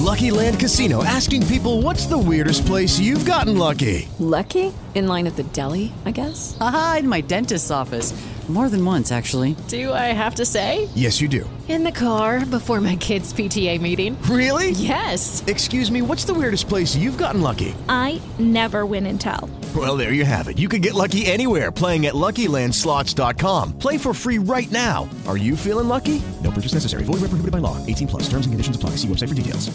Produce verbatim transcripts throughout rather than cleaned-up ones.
Lucky Land Casino, asking people, what's the weirdest place you've gotten lucky? Lucky? In line at the deli, I guess? Aha, in my dentist's office. More than once, actually. Do I have to say? Yes, you do. In the car before my kids' P T A meeting. Really? Yes. Excuse me, what's the weirdest place you've gotten lucky? I never win and tell. Well, there you have it. You can get lucky anywhere, playing at Lucky Land Slots dot com. Play for free right now. Are you feeling lucky? No purchase necessary. Void where prohibited by law. eighteen plus. Terms and conditions apply. See website for details.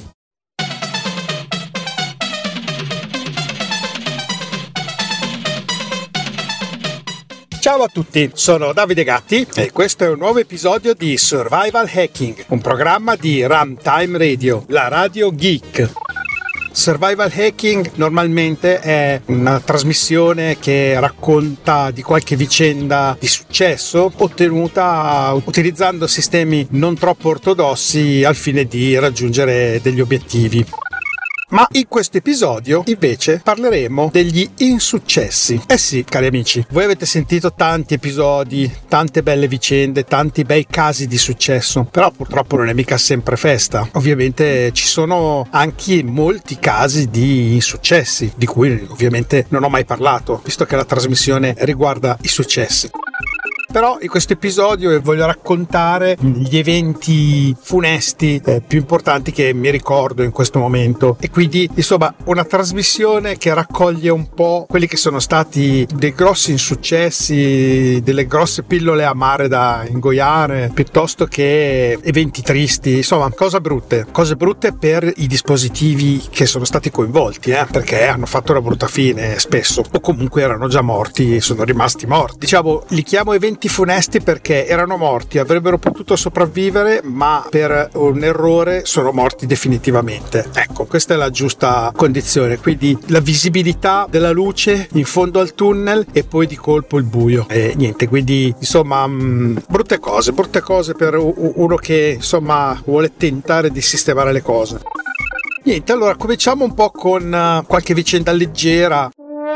Ciao a tutti, sono Davide Gatti e questo è un nuovo episodio di Survival Hacking, un programma di Runtime Radio, la radio geek. Survival Hacking normalmente è una trasmissione che racconta di qualche vicenda di successo ottenuta utilizzando sistemi non troppo ortodossi al fine di raggiungere degli obiettivi. Ma in questo episodio invece parleremo degli insuccessi. Eh sì, cari amici, voi avete sentito tanti episodi, tante belle vicende, tanti bei casi di successo, però purtroppo non è mica sempre festa. Ovviamente ci sono anche molti casi di insuccessi, di cui ovviamente non ho mai parlato, visto che la trasmissione riguarda i successi. Però in questo episodio voglio raccontare gli eventi funesti eh, più importanti che mi ricordo in questo momento, e quindi insomma una trasmissione che raccoglie un po' quelli che sono stati dei grossi insuccessi, delle grosse pillole amare da ingoiare, piuttosto che eventi tristi, insomma cose brutte, cose brutte per i dispositivi che sono stati coinvolti, eh, perché hanno fatto una brutta fine spesso, o comunque erano già morti e sono rimasti morti. Diciamo, li chiamo eventi funesti perché erano morti, avrebbero potuto sopravvivere, ma per un errore sono morti definitivamente. Ecco, questa è la giusta condizione, quindi la visibilità della luce in fondo al tunnel e poi di colpo il buio e niente, quindi insomma mh, brutte cose, brutte cose per uno che insomma vuole tentare di sistemare le cose. Niente, allora cominciamo un po' con uh, qualche vicenda leggera.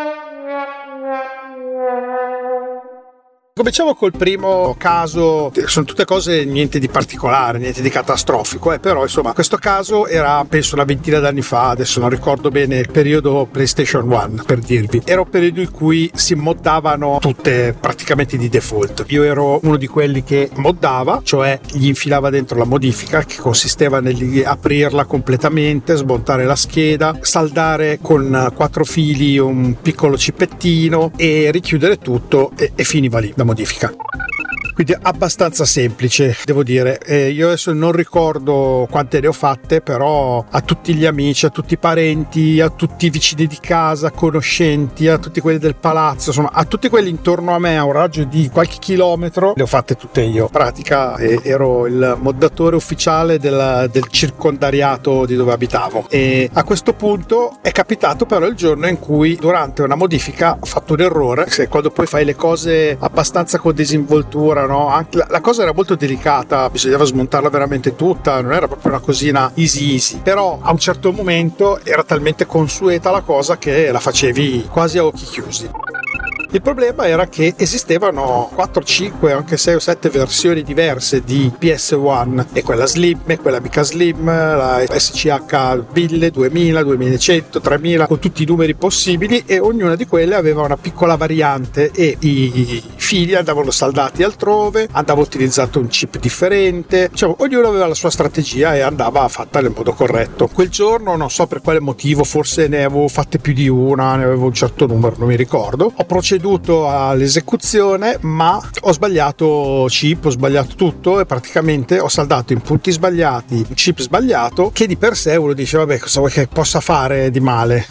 Cominciamo col primo caso, sono tutte cose niente di particolare, niente di catastrofico, eh, però insomma questo caso era penso una ventina d'anni fa, adesso non ricordo bene il periodo PlayStation uno per dirvi, era un periodo in cui si moddavano tutte praticamente di default. Io ero uno di quelli che moddava, cioè gli infilava dentro la modifica che consisteva nell'aprirla completamente, smontare la scheda, saldare con quattro fili un piccolo cipettino e richiudere tutto e, e finiva lì modifica. Quindi abbastanza semplice, devo dire. Eh, io adesso non ricordo quante ne ho fatte, però a tutti gli amici, a tutti i parenti, a tutti i vicini di casa, conoscenti, a tutti quelli del palazzo, insomma a tutti quelli intorno a me a un raggio di qualche chilometro, le ho fatte tutte io. In pratica eh, ero il moddatore ufficiale del, del circondariato di dove abitavo, e a questo punto è capitato però il giorno in cui durante una modifica ho fatto un errore. Se quando poi fai le cose abbastanza con disinvoltura, no? Anche la, la cosa era molto delicata, bisognava smontarla veramente tutta, non era proprio una cosina easy easy, però a un certo momento era talmente consueta la cosa che la facevi quasi a occhi chiusi. Il problema era che esistevano quattro, cinque, anche sei o sette versioni diverse di P S uno, e quella Slim, e quella mica Slim, la S C H mille, duemila, duemilacento, tremila, con tutti i numeri possibili, e ognuna di quelle aveva una piccola variante e i fili andavano saldati altrove, andava utilizzato un chip differente, diciamo, ognuno aveva la sua strategia e andava fatta nel modo corretto. Quel giorno, non so per quale motivo, forse ne avevo fatte più di una, ne avevo un certo numero, non mi ricordo, ho proceduto all'esecuzione, ma ho sbagliato chip, ho sbagliato tutto e praticamente ho saldato in punti sbagliati un chip sbagliato, che di per sé uno dice vabbè, cosa vuoi che possa fare di male?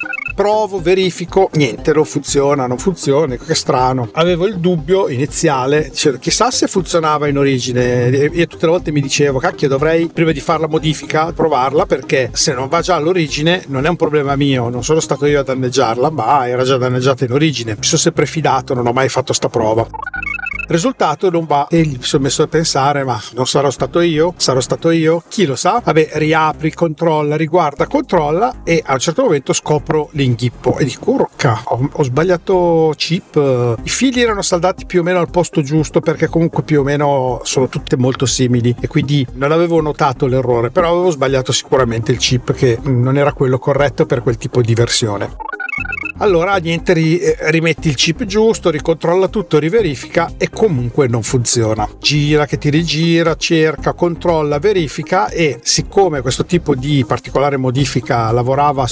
Provo, verifico, niente, non funziona, non funziona, che strano. Avevo il dubbio iniziale, cioè, chissà se funzionava in origine. Io tutte le volte mi dicevo, cacchio, dovrei prima di fare la modifica provarla, perché se non va già all'origine non è un problema mio, non sono stato io a danneggiarla, ma era già danneggiata in origine. Mi sono sempre fidato, non ho mai fatto sta prova. Risultato non va, e mi sono messo a pensare, ma non sarò stato io? Sarò stato io? Chi lo sa? Vabbè, riapri, controlla, riguarda, controlla, e a un certo momento scopro l'inghippo e dico, urca, ho, ho sbagliato chip. I fili erano saldati più o meno al posto giusto, perché comunque più o meno sono tutte molto simili, e quindi non avevo notato l'errore, però avevo sbagliato sicuramente il chip, che non era quello corretto per quel tipo di versione. Allora niente, rimetti il chip giusto, ricontrolla tutto, riverifica, e comunque non funziona. Gira che ti rigira, cerca, controlla, verifica, e siccome questo tipo di particolare modifica lavorava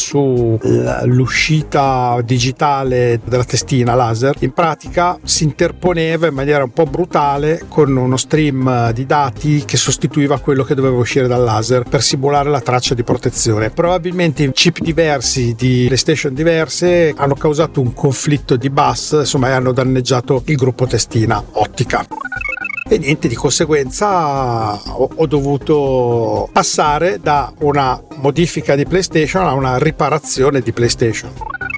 sull'uscita digitale della testina laser, in pratica si interponeva in maniera un po' brutale con uno stream di dati che sostituiva quello che doveva uscire dal laser per simulare la traccia di protezione. Probabilmente chip diversi di PlayStation diverse hanno causato un conflitto di bus, insomma, e hanno danneggiato il gruppo testina ottica. E niente, di conseguenza ho, ho dovuto passare da una modifica di PlayStation a una riparazione di PlayStation.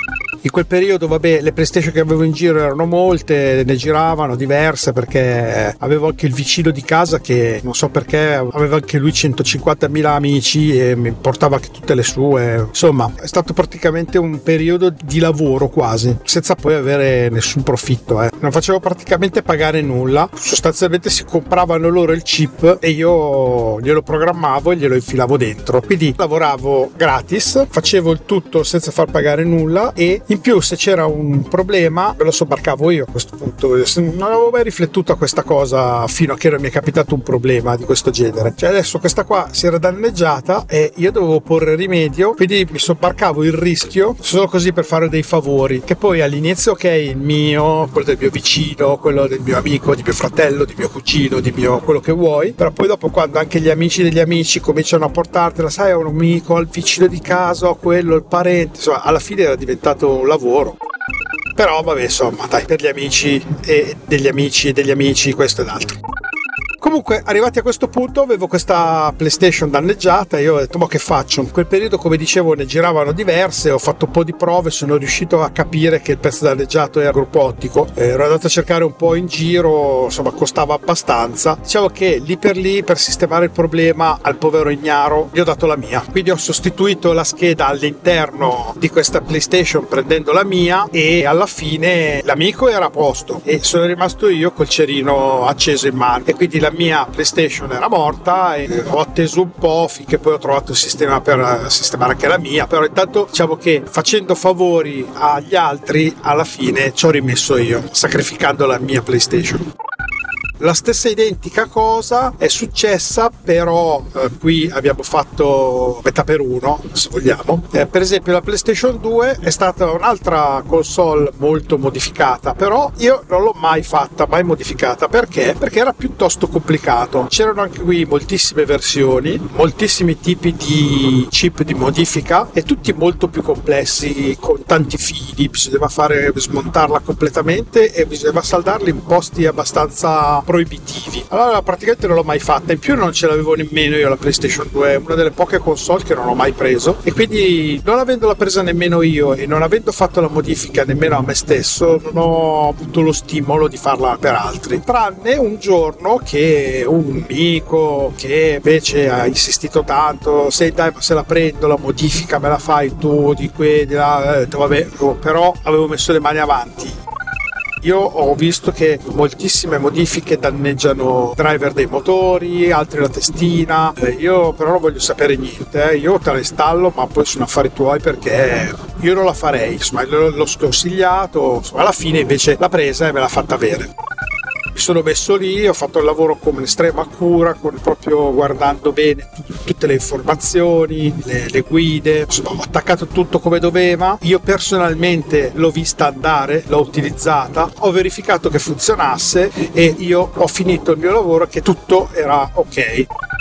In quel periodo, vabbè, le PlayStation che avevo in giro erano molte, ne giravano diverse, perché avevo anche il vicino di casa che non so perché aveva anche lui centocinquantamila amici e mi portava anche tutte le sue. Insomma, è stato praticamente un periodo di lavoro quasi, senza poi avere nessun profitto, eh. Non facevo praticamente pagare nulla, sostanzialmente si compravano loro il chip e io glielo programmavo e glielo infilavo dentro. Quindi lavoravo gratis, facevo il tutto senza far pagare nulla, e in più se c'era un problema me lo sobbarcavo io a questo punto. Non avevo mai riflettuto a questa cosa fino a che non mi è capitato un problema di questo genere. Cioè adesso questa qua si era danneggiata e io dovevo porre rimedio, quindi mi sobbarcavo il rischio solo così per fare dei favori, che poi all'inizio ok, il mio, quello del mio vicino, quello del mio amico, di mio fratello, di mio cugino, di mio quello che vuoi, però poi dopo quando anche gli amici degli amici cominciano a portartela, sai, a un amico, al vicino di casa, quello, il parente, insomma alla fine era diventato un lavoro. Però vabbè, insomma, dai, per gli amici e degli amici e degli amici questo ed altro. Comunque, arrivati a questo punto, avevo questa PlayStation danneggiata e io ho detto, ma che faccio? In quel periodo, come dicevo, ne giravano diverse, ho fatto un po' di prove, sono riuscito a capire che il pezzo danneggiato era gruppo ottico, eh, ero andato a cercare un po' in giro, insomma costava abbastanza. Diciamo che lì per lì, per sistemare il problema al povero ignaro, gli ho dato la mia, quindi ho sostituito la scheda all'interno di questa PlayStation prendendo la mia, e alla fine l'amico era a posto e sono rimasto io col cerino acceso in mano, e quindi la mia PlayStation era morta e ho atteso un po' finché poi ho trovato il sistema per sistemare anche la mia. Però intanto diciamo che facendo favori agli altri alla fine ci ho rimesso io, sacrificando la mia PlayStation. La stessa identica cosa è successa, però eh, qui abbiamo fatto metà per uno, se vogliamo. Eh, per esempio la PlayStation due è stata un'altra console molto modificata, però io non l'ho mai fatta, mai modificata. Perché? Perché era piuttosto complicato. C'erano anche qui moltissime versioni, moltissimi tipi di chip di modifica e tutti molto più complessi, con tanti fili. Bisognava fare smontarla completamente e bisognava saldarli in posti abbastanza proibitivi. Allora praticamente non l'ho mai fatta, in più non ce l'avevo nemmeno io la PlayStation due, è una delle poche console che non ho mai preso, e quindi non avendola presa nemmeno io e non avendo fatto la modifica nemmeno a me stesso, non ho avuto lo stimolo di farla per altri, tranne un giorno che un amico che invece ha insistito tanto, se dai, ma se la prendo la modifica me la fai tu di qui di là, eh, vabbè, però avevo messo le mani avanti. Io ho visto che moltissime modifiche danneggiano driver dei motori, altri la testina. Io però non voglio sapere niente, eh. Io te la installo, ma poi sono affari tuoi, perché io non la farei. Insomma, l'ho sconsigliato, insomma, alla fine invece l'ha presa e me l'ha fatta avere. Mi sono messo lì, ho fatto il lavoro con estrema cura, con proprio guardando bene t- tutte le informazioni, le, le guide, insomma ho attaccato tutto come doveva. Io personalmente l'ho vista andare, l'ho utilizzata, ho verificato che funzionasse e io ho finito il mio lavoro, che tutto era ok.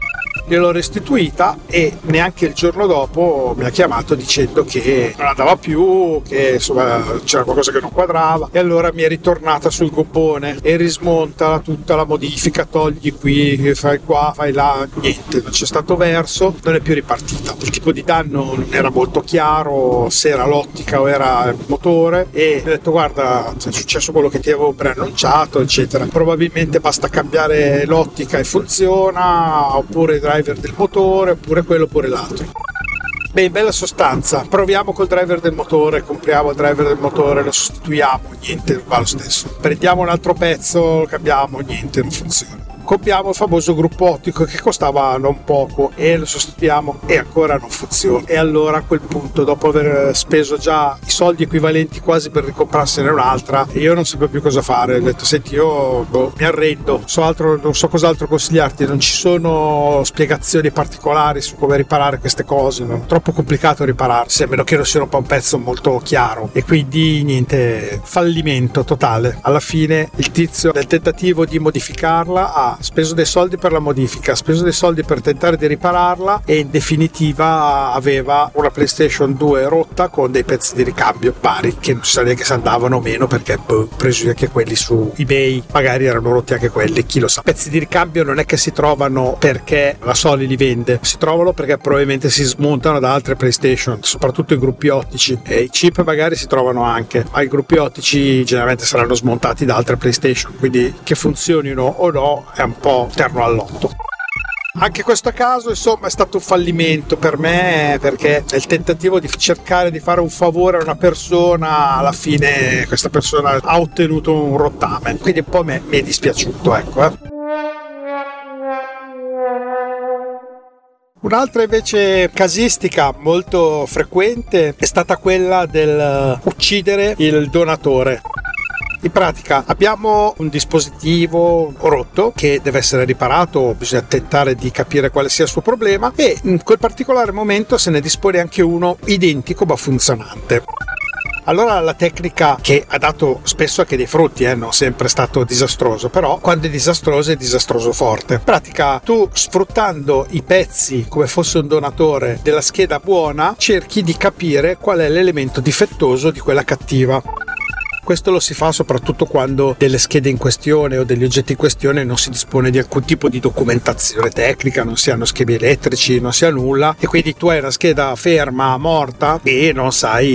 gliel'ho restituita e neanche il giorno dopo mi ha chiamato dicendo che non andava più, che insomma c'era qualcosa che non quadrava, e allora mi è ritornata sul gommone e rismonta tutta la modifica, togli qui, fai qua, fai là, niente, non c'è stato verso, non è più ripartita. Il tipo di danno non era molto chiaro, se era l'ottica o era il motore, e mi ha detto guarda, è successo quello che ti avevo preannunciato, eccetera, probabilmente basta cambiare l'ottica e funziona, oppure il driver del motore, oppure quello, oppure l'altro. Beh, in bella sostanza, proviamo col driver del motore, compriamo il driver del motore, lo sostituiamo, niente, non va lo stesso. Prendiamo un altro pezzo, lo cambiamo, niente, non funziona. Compriamo il famoso gruppo ottico che costava non poco e lo sostituiamo e ancora non funziona. E allora a quel punto, dopo aver speso già i soldi equivalenti quasi per ricomprarsene un'altra, io non sapevo più cosa fare. Ho detto senti, io boh, mi arrendo, so altro, non so cos'altro consigliarti, non ci sono spiegazioni particolari su come riparare queste cose, non è troppo complicato ripararsi, a meno che non sia un pezzo molto chiaro. E quindi niente, fallimento totale. Alla fine il tizio, nel tentativo di modificarla, ha speso dei soldi per la modifica, ha speso dei soldi per tentare di ripararla e in definitiva aveva una PlayStation due rotta con dei pezzi di ricambio vari che non si sa neanche se andavano o meno, perché boh, preso anche quelli su eBay, magari erano rotti anche quelli, chi lo sa. Pezzi di ricambio non è che si trovano perché la Sony li vende, si trovano perché probabilmente si smontano da altre PlayStation, soprattutto i gruppi ottici, e i chip magari si trovano anche, ma i gruppi ottici generalmente saranno smontati da altre PlayStation, quindi che funzionino o no è un po' terno all'otto. Anche questo caso insomma è stato un fallimento per me, perché nel tentativo di cercare di fare un favore a una persona, alla fine questa persona ha ottenuto un rottame, quindi un po' mi è dispiaciuto, ecco eh. Un'altra invece casistica molto frequente è stata quella del uccidere il donatore. In pratica abbiamo un dispositivo rotto che deve essere riparato, bisogna tentare di capire quale sia il suo problema e in quel particolare momento se ne dispone anche uno identico ma funzionante. Allora la tecnica, che ha dato spesso anche dei frutti, eh, non sempre è stato disastroso, però quando è disastroso è disastroso forte. In pratica tu, sfruttando i pezzi come fosse un donatore della scheda buona, cerchi di capire qual è l'elemento difettoso di quella cattiva. Questo lo si fa soprattutto quando delle schede in questione o degli oggetti in questione non si dispone di alcun tipo di documentazione tecnica, non si hanno schemi elettrici, non si ha nulla, e quindi tu hai una scheda ferma, morta, e non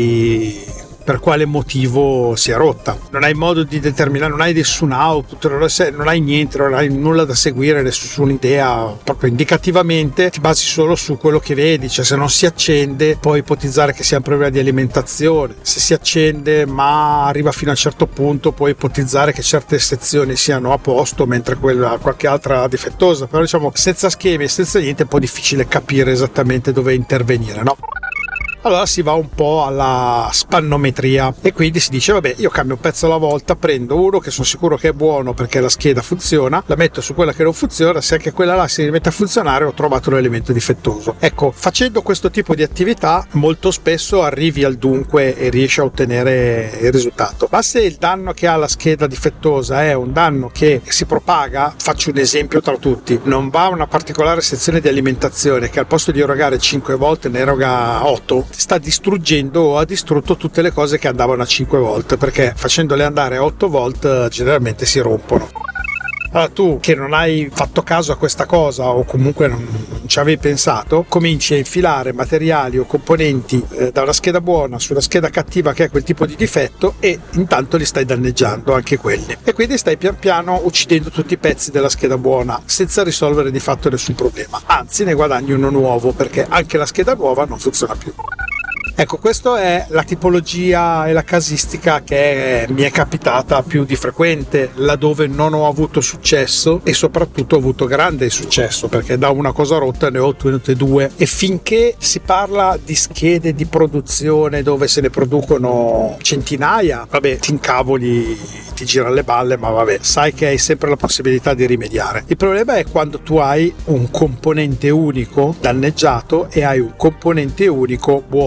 sai per quale motivo sia rotta. Non hai modo di determinare, non hai nessun output, non hai niente, non hai nulla da seguire, nessuna idea, proprio indicativamente ti basi solo su quello che vedi, cioè se non si accende puoi ipotizzare che sia un problema di alimentazione, se si accende ma arriva fino a un certo punto puoi ipotizzare che certe sezioni siano a posto mentre quella qualche altra difettosa, però diciamo senza schemi e senza niente è un po' difficile capire esattamente dove intervenire, no? Allora si va un po' alla spannometria e quindi si dice vabbè, io cambio un pezzo alla volta, prendo uno che sono sicuro che è buono perché la scheda funziona, la metto su quella che non funziona, se anche quella là si rimette a funzionare ho trovato l'elemento difettoso. Ecco, facendo questo tipo di attività molto spesso arrivi al dunque e riesci a ottenere il risultato. Ma se il danno che ha la scheda difettosa è un danno che si propaga, faccio un esempio tra tutti, non va a una particolare sezione di alimentazione che al posto di erogare cinque volte ne eroga otto, sta distruggendo o ha distrutto tutte le cose che andavano a cinque volt, perché facendole andare a otto volt generalmente si rompono. Allora tu che non hai fatto caso a questa cosa o comunque non, non ci avevi pensato, cominci a infilare materiali o componenti eh, da una scheda buona su una scheda cattiva che ha quel tipo di difetto e intanto li stai danneggiando anche quelli, e quindi stai pian piano uccidendo tutti i pezzi della scheda buona senza risolvere di fatto nessun problema, anzi ne guadagni uno nuovo perché anche la scheda nuova non funziona più. Ecco, questa è la tipologia e la casistica che mi è capitata più di frequente, laddove non ho avuto successo e soprattutto ho avuto grande successo, perché da una cosa rotta ne ho ottenute due. E finché si parla di schede di produzione dove se ne producono centinaia, vabbè, ti incavoli, ti girano le balle, ma vabbè, sai che hai sempre la possibilità di rimediare. Il problema è quando tu hai un componente unico danneggiato e hai un componente unico buono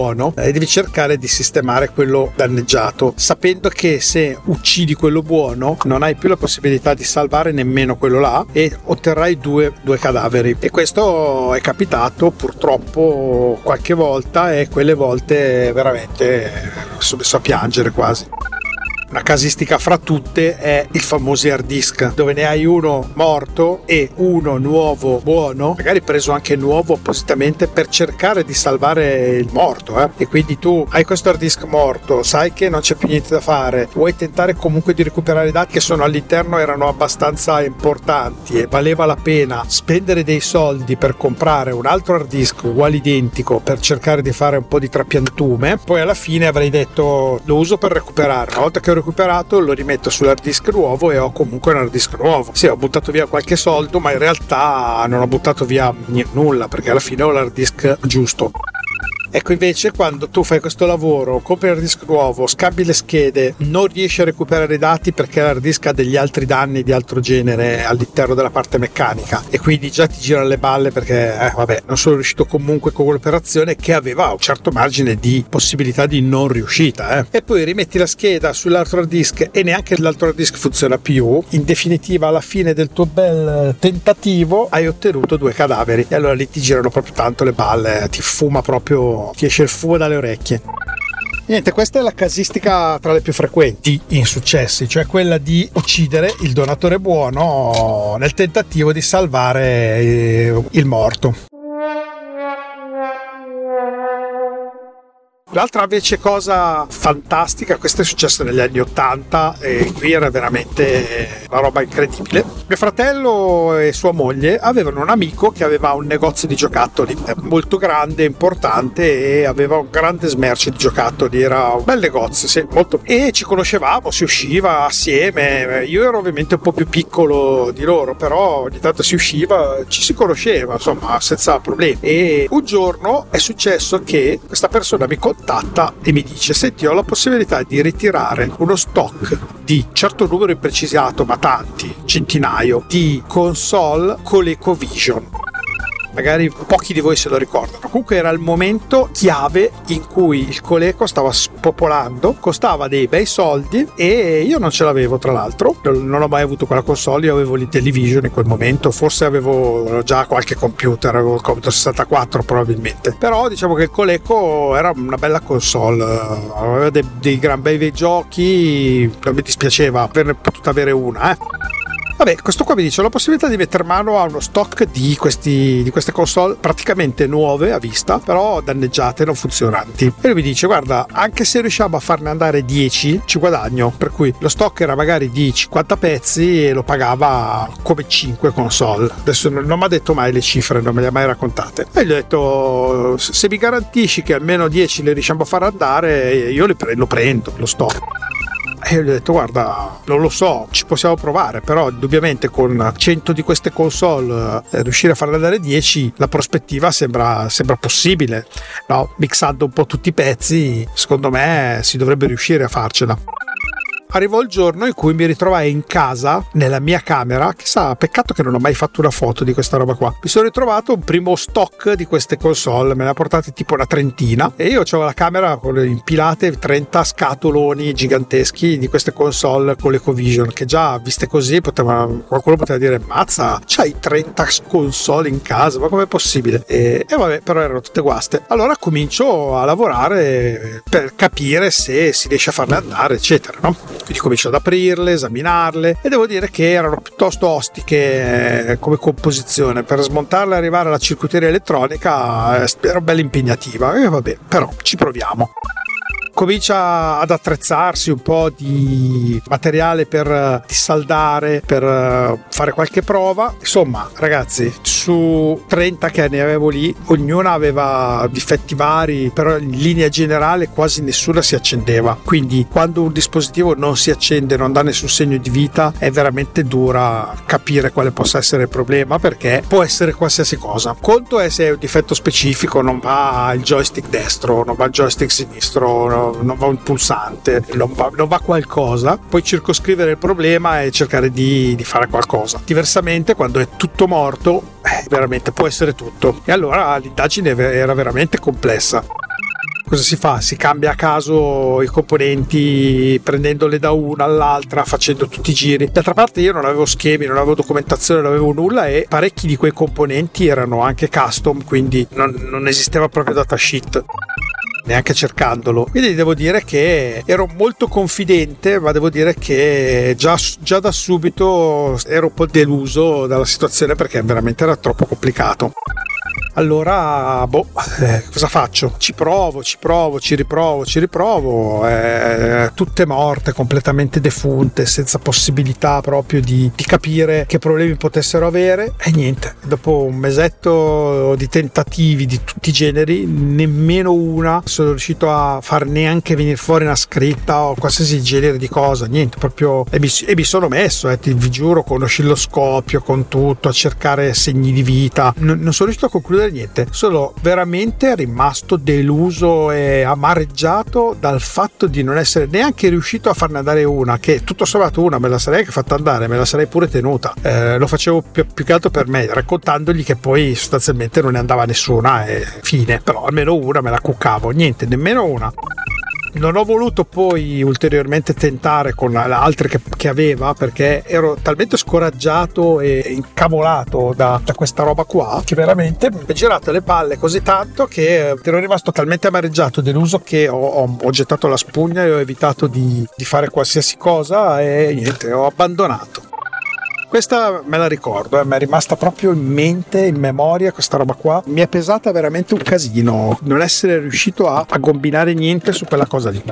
e devi cercare di sistemare quello danneggiato, sapendo che se uccidi quello buono non hai più la possibilità di salvare nemmeno quello là e otterrai due, due cadaveri. E questo è capitato purtroppo qualche volta, e quelle volte veramente sono messo a piangere quasi. Una casistica fra tutte è il famoso hard disk, dove ne hai uno morto e uno nuovo buono, magari preso anche nuovo appositamente per cercare di salvare il morto, eh? E quindi tu hai questo hard disk morto, sai che non c'è più niente da fare, vuoi tentare comunque di recuperare i dati che sono all'interno, erano abbastanza importanti e valeva la pena spendere dei soldi per comprare un altro hard disk uguale identico per cercare di fare un po' di trapiantume. Poi alla fine avrei detto lo uso per recuperare, una volta che ho recuperato lo rimetto sull'hard disk nuovo e ho comunque un hard disk nuovo. Sì, ho buttato via qualche soldo, ma in realtà non ho buttato via n- nulla, perché alla fine ho l'hard disk giusto. Ecco, invece quando tu fai questo lavoro, compri l'hard disk nuovo, scambi le schede, non riesci a recuperare i dati perché l'hard disk ha degli altri danni di altro genere all'interno della parte meccanica, e quindi già ti girano le balle perché eh, vabbè, non sono riuscito comunque con quell'operazione che aveva un certo margine di possibilità di non riuscita, eh. E poi rimetti la scheda sull'altro hard disk e neanche l'altro hard disk funziona più. In definitiva, alla fine del tuo bel tentativo hai ottenuto due cadaveri, e allora lì ti girano proprio tanto le balle, ti fuma proprio, ti esce il fumo dalle orecchie. Niente, questa è la casistica tra le più frequenti di insuccessi, cioè quella di uccidere il donatore buono nel tentativo di salvare il morto. L'altra invece cosa fantastica, questo è successo negli anni ottanta e qui era veramente una roba incredibile. Mio fratello e sua moglie avevano un amico che aveva un negozio di giocattoli molto grande, importante, e aveva un grande smercio di giocattoli, era un bel negozio, sì, molto. E ci conoscevamo, si usciva assieme, io ero ovviamente un po' più piccolo di loro, però ogni tanto si usciva, ci si conosceva, insomma, senza problemi. E un giorno è successo che questa persona mi contatta e mi dice: senti, ho la possibilità di ritirare uno stock di certo numero imprecisato, ma tanti, centinaio, di console con l'EcoVision. Magari pochi di voi se lo ricordano. Comunque era il momento chiave in cui il Coleco stava spopolando, costava dei bei soldi e io non ce l'avevo, tra l'altro non ho mai avuto quella console, io avevo l'Intellivision in quel momento, forse avevo già qualche computer, avevo il Commodore sessantaquattro probabilmente, però diciamo che il Coleco era una bella console, aveva dei, dei gran bei giochi, non mi dispiaceva averne potuto avere una, eh. Vabbè, questo qua mi dice: ho la possibilità di mettere mano a uno stock di, questi, di queste console praticamente nuove a vista, però danneggiate, non funzionanti. E lui mi dice: guarda, anche se riusciamo a farne andare dieci ci guadagno, per cui lo stock era magari di cinquanta pezzi e lo pagava come cinque console. Adesso non, non mi ha detto mai le cifre, non me le ha mai raccontate, e gli ho detto: se mi garantisci che almeno dieci le riusciamo a far andare, io le prendo, prendo lo stock. E io gli ho detto: guarda, non lo so, ci possiamo provare, però indubbiamente con cento di queste console eh, riuscire a farne andare dieci, la prospettiva sembra, sembra possibile, no? Mixando un po' tutti i pezzi, secondo me si dovrebbe riuscire a farcela. Arrivò il giorno in cui mi ritrovai in casa, nella mia camera, chissà, peccato che non ho mai fatto una foto di questa roba qua. Mi sono ritrovato un primo stock di queste console, me ne ha portate tipo una trentina, e io avevo la camera con impilate trenta scatoloni giganteschi di queste console con l'EcoVision, che già viste così poteva, qualcuno poteva dire: mazza, c'hai trenta console in casa, ma com'è possibile? E, e vabbè, però erano tutte guaste. Allora comincio a lavorare per capire se si riesce a farle andare, eccetera, no? Quindi comincio ad aprirle, esaminarle, e devo dire che erano piuttosto ostiche eh, come composizione. Per smontarle e arrivare alla circuiteria elettronica eh, era bella impegnativa, e vabbè, però ci proviamo. Comincia ad attrezzarsi un po' di materiale per dissaldare, per fare qualche prova. Insomma, ragazzi, su trenta che ne avevo lì, ognuna aveva difetti vari, però in linea generale quasi nessuna si accendeva. Quindi quando un dispositivo non si accende, non dà nessun segno di vita, è veramente dura capire quale possa essere il problema, perché può essere qualsiasi cosa. Conto è se è un difetto specifico, non va il joystick destro, non va il joystick sinistro, no, non va un pulsante, non va, non va qualcosa, puoi circoscrivere il problema e cercare di, di fare qualcosa. Diversamente, quando è tutto morto, eh, veramente può essere tutto, e allora l'indagine era veramente complessa. Cosa si fa? Si cambia a caso i componenti prendendole da una all'altra, facendo tutti i giri. D'altra parte io non avevo schemi, non avevo documentazione, non avevo nulla, e parecchi di quei componenti erano anche custom, quindi non, non esisteva proprio datasheet, neanche cercandolo. Quindi devo dire che ero molto confidente, ma devo dire che già, già da subito ero un po' deluso dalla situazione, perché veramente era troppo complicato. Allora, boh, eh, cosa faccio? Ci provo, ci provo, ci riprovo, ci riprovo, eh, tutte morte, completamente defunte, senza possibilità proprio di, di capire che problemi potessero avere, e niente, dopo un mesetto di tentativi di tutti i generi, nemmeno una sono riuscito a far neanche venire fuori una scritta o qualsiasi genere di cosa, niente, proprio, e mi, e mi sono messo, eh, ti, vi giuro, con oscilloscopio, con tutto, a cercare segni di vita, non, non sono riuscito a concludere niente. Sono veramente rimasto deluso e amareggiato dal fatto di non essere neanche riuscito a farne andare una, che tutto sommato una me la sarei anche fatta andare, me la sarei pure tenuta, eh, lo facevo più, più che altro per me, raccontandogli che poi sostanzialmente non ne andava nessuna e fine, però almeno una me la cuccavo, niente, nemmeno una. Non ho voluto poi ulteriormente tentare con le altre che, che aveva, perché ero talmente scoraggiato e incavolato da, da questa roba qua, che veramente mi è girato le palle così tanto che ero rimasto talmente amareggiato, deluso, che ho, ho, ho gettato la spugna e ho evitato di, di fare qualsiasi cosa, e niente, ho abbandonato. Questa me la ricordo, eh, mi è rimasta proprio in mente, in memoria, questa roba qua. Mi è pesata veramente un casino non essere riuscito a, a combinare niente su quella cosa lì.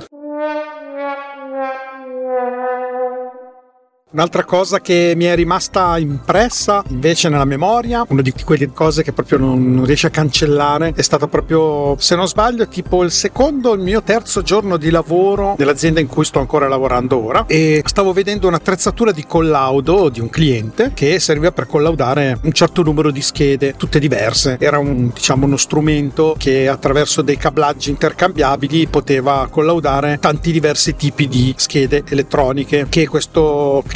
Un'altra cosa che mi è rimasta impressa invece nella memoria, una di quelle cose che proprio non, non riesce a cancellare, è stato proprio, se non sbaglio, tipo il secondo o il mio terzo giorno di lavoro nell'azienda in cui sto ancora lavorando ora, e stavo vedendo un'attrezzatura di collaudo di un cliente che serviva per collaudare un certo numero di schede, tutte diverse. Era un, diciamo, uno strumento che attraverso dei cablaggi intercambiabili poteva collaudare tanti diversi tipi di schede elettroniche che questo cliente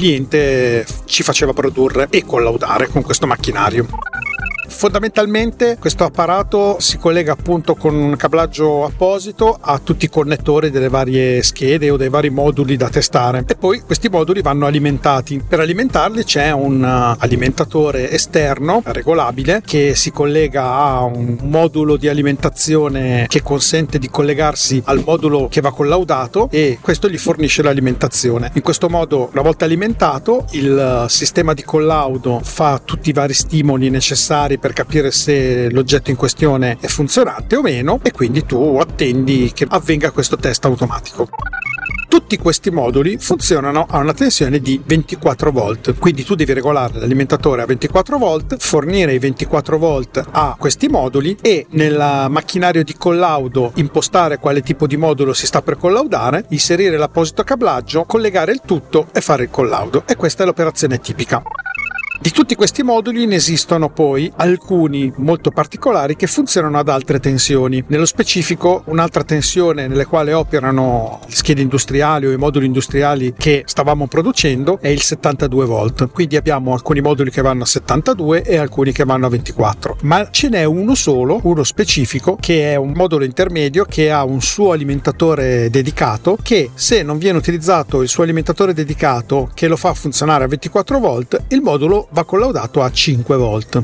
ci faceva produrre e collaudare con questo macchinario. Fondamentalmente questo apparato si collega appunto con un cablaggio apposito a tutti i connettori delle varie schede o dei vari moduli da testare, e poi questi moduli vanno alimentati. Per alimentarli c'è un alimentatore esterno regolabile che si collega a un modulo di alimentazione che consente di collegarsi al modulo che va collaudato, e questo gli fornisce l'alimentazione. In questo modo, una volta alimentato, il sistema di collaudo fa tutti i vari stimoli necessari per capire se l'oggetto in questione è funzionante o meno, e quindi tu attendi che avvenga questo test automatico. Tutti questi moduli funzionano a una tensione di ventiquattro volt, quindi tu devi regolare l'alimentatore a ventiquattro volt, fornire i ventiquattro volt a questi moduli, e nel macchinario di collaudo impostare quale tipo di modulo si sta per collaudare, inserire l'apposito cablaggio, collegare il tutto e fare il collaudo. E questa è l'operazione tipica. Di tutti questi moduli ne esistono poi alcuni molto particolari che funzionano ad altre tensioni. Nello specifico, un'altra tensione nelle quali operano le schede industriali o i moduli industriali che stavamo producendo è il settantadue volt. Quindi abbiamo alcuni moduli che vanno a settantadue e alcuni che vanno a ventiquattro. Ma ce n'è uno solo, uno specifico, che è un modulo intermedio che ha un suo alimentatore dedicato, che se non viene utilizzato il suo alimentatore dedicato che lo fa funzionare a ventiquattro volt, il modulo va collaudato a cinque volt.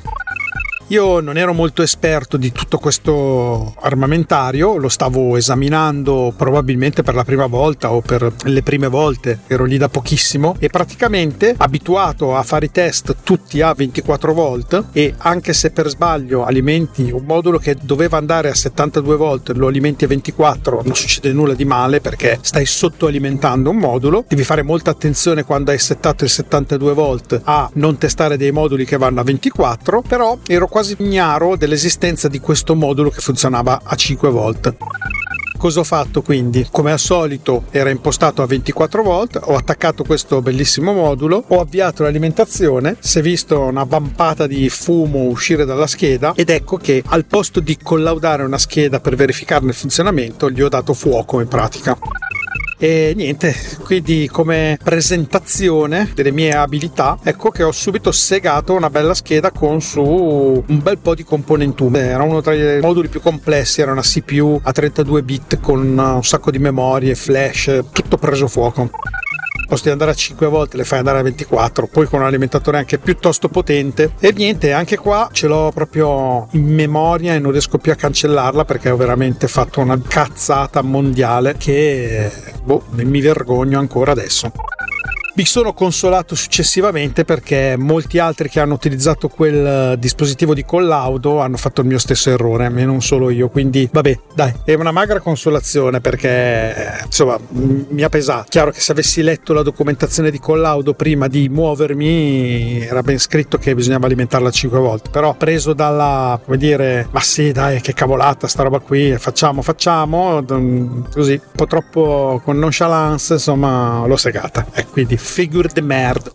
Io non ero molto esperto di tutto questo armamentario, lo stavo esaminando probabilmente per la prima volta o per le prime volte, ero lì da pochissimo, e praticamente abituato a fare i test tutti a ventiquattro volt, e anche se per sbaglio alimenti un modulo che doveva andare a settantadue volt, lo alimenti a ventiquattro, non succede nulla di male perché stai sottoalimentando un modulo. Devi fare molta attenzione quando hai settato il settantadue volt a non testare dei moduli che vanno a ventiquattro, però ero quasi ignaro dell'esistenza di questo modulo che funzionava a cinque volt. Cosa ho fatto quindi? Come al solito era impostato a ventiquattro volt, ho attaccato questo bellissimo modulo, ho avviato l'alimentazione, si è visto una vampata di fumo uscire dalla scheda, ed ecco che al posto di collaudare una scheda per verificarne il funzionamento gli ho dato fuoco in pratica. E niente, quindi come presentazione delle mie abilità, ecco che ho subito segato una bella scheda con su un bel po' di componentume. Era uno tra i moduli più complessi, era una C P U a trentadue bit con un sacco di memorie, flash, tutto preso fuoco. Posti andare a cinque volte, le fai andare a ventiquattro, poi con un alimentatore anche piuttosto potente. E niente, anche qua ce l'ho proprio in memoria e non riesco più a cancellarla perché ho veramente fatto una cazzata mondiale che boh, mi vergogno ancora adesso. Mi sono consolato successivamente perché molti altri che hanno utilizzato quel dispositivo di collaudo hanno fatto il mio stesso errore, e non solo io, quindi vabbè, dai, è una magra consolazione perché insomma mi ha pesato. Chiaro che se avessi letto la documentazione di collaudo prima di muovermi era ben scritto che bisognava alimentarla cinque volte, però preso dalla, come dire, ma sì dai, che cavolata sta roba qui, facciamo facciamo così, un po' troppo con nonchalance, insomma l'ho segata, e quindi figure de merde.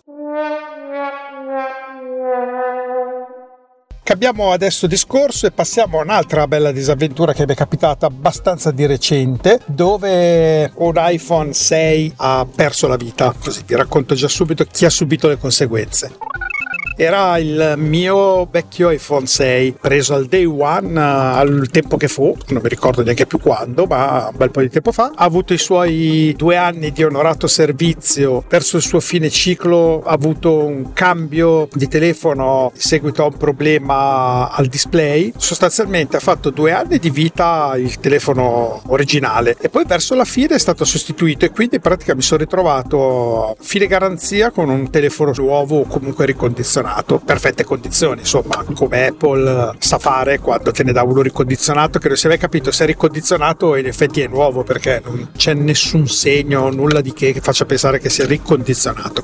Cambiamo adesso discorso e passiamo a un'altra bella disavventura che mi è capitata abbastanza di recente, dove un iPhone sei ha perso la vita. Così vi racconto già subito chi ha subito le conseguenze. Era il mio vecchio iPhone sei, preso al day one, al tempo che fu, non mi ricordo neanche più quando, ma un bel po' di tempo fa. Ha avuto i suoi due anni di onorato servizio, verso il suo fine ciclo ha avuto un cambio di telefono in seguito a un problema al display. Sostanzialmente ha fatto due anni di vita il telefono originale e poi verso la fine è stato sostituito, e quindi in pratica mi sono ritrovato a fine garanzia con un telefono nuovo o comunque ricondizionato. Perfette condizioni, insomma, come Apple sa fare quando te ne dà uno ricondizionato che non si è mai capito se è ricondizionato e in effetti è nuovo, perché non c'è nessun segno, nulla di che che faccia pensare che sia ricondizionato.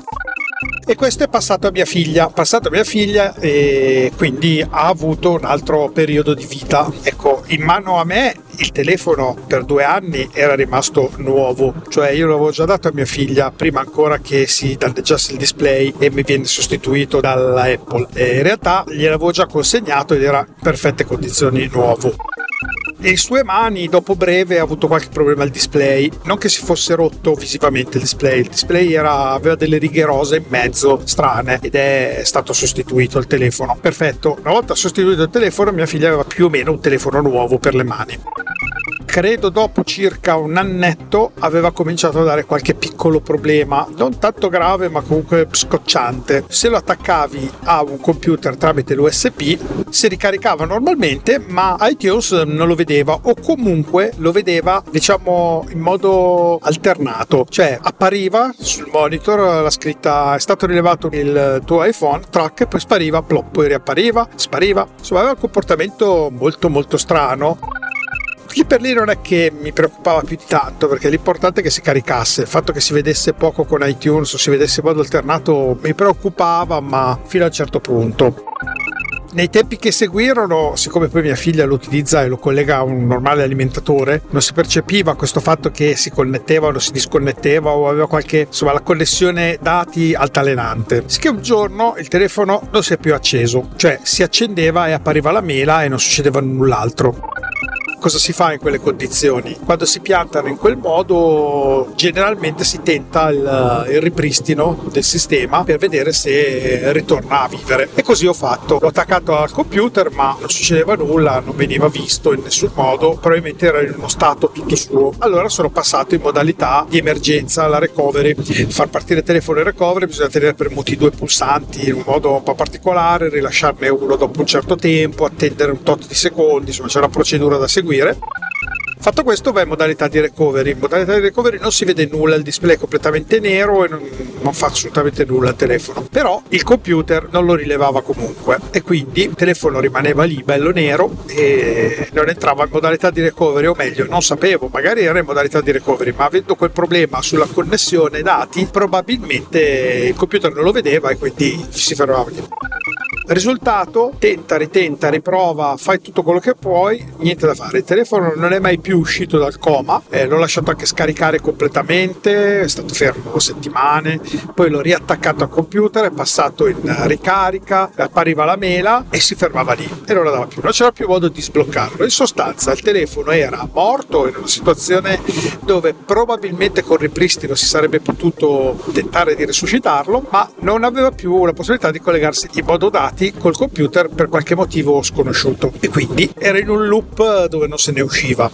E questo è passato a mia figlia, passato a mia figlia e quindi ha avuto un altro periodo di vita. Ecco, in mano a me il telefono per due anni era rimasto nuovo, cioè io l'avevo già dato a mia figlia prima ancora che si danneggiasse il display e mi viene sostituito dalla Apple, e in realtà gliel'avevo già consegnato ed era in perfette condizioni nuovo. Le sue mani dopo breve ha avuto qualche problema al display, non che si fosse rotto visivamente il display, il display era, aveva delle righe rosa in mezzo strane ed è stato sostituito il telefono. Perfetto, una volta sostituito il telefono mia figlia aveva più o meno un telefono nuovo per le mani. Credo dopo circa un annetto aveva cominciato a dare qualche piccolo problema, non tanto grave ma comunque scocciante. Se lo attaccavi a un computer tramite l'U S B si ricaricava normalmente, ma iTunes non lo vedeva, o comunque lo vedeva diciamo in modo alternato, cioè appariva sul monitor la scritta è stato rilevato il tuo iPhone track e poi spariva, plop, poi riappariva, spariva, insomma aveva un comportamento molto molto strano. Lì per lì non è che mi preoccupava più di tanto, perché l'importante è che si caricasse. Il fatto che si vedesse poco con iTunes o si vedesse in modo alternato mi preoccupava, ma fino a un certo punto. Nei tempi che seguirono, siccome poi mia figlia lo utilizza e lo collega a un normale alimentatore, non si percepiva questo fatto che si connetteva o non si disconnetteva o aveva qualche, insomma, la connessione dati altalenante. Sicché un giorno il telefono non si è più acceso, cioè si accendeva e appariva la mela e non succedeva null'altro. Cosa si fa in quelle condizioni? Quando si piantano in quel modo generalmente si tenta il, il ripristino del sistema per vedere se ritorna a vivere, e così ho fatto. L'ho attaccato al computer ma non succedeva nulla, non veniva visto in nessun modo, probabilmente era in uno stato tutto suo. Allora sono passato in modalità di emergenza, la recovery. Far partire il telefono in recovery bisogna tenere premuti due pulsanti in un modo un po' particolare, rilasciarne uno dopo un certo tempo, attendere un tot di secondi, insomma c'è una procedura da seguire. Fatto questo va in modalità di recovery. In modalità di recovery non si vede nulla, il display è completamente nero e non, non fa assolutamente nulla il telefono, però il computer non lo rilevava comunque e quindi il telefono rimaneva lì bello nero e non entrava in modalità di recovery, o meglio non sapevo, magari era in modalità di recovery, ma avendo quel problema sulla connessione dati probabilmente il computer non lo vedeva e quindi si fermava lì. Risultato, tenta, ritenta, riprova, fai tutto quello che puoi, niente da fare. Il telefono non è mai più uscito dal coma, eh, l'ho lasciato anche scaricare completamente, è stato fermo settimane, poi l'ho riattaccato al computer, è passato in ricarica, appariva la mela e si fermava lì e non andava più, non c'era più modo di sbloccarlo. In sostanza il telefono era morto, in una situazione dove probabilmente con ripristino si sarebbe potuto tentare di resuscitarlo, ma non aveva più la possibilità di collegarsi in modo dati col computer per qualche motivo sconosciuto e quindi era in un loop dove non se ne usciva.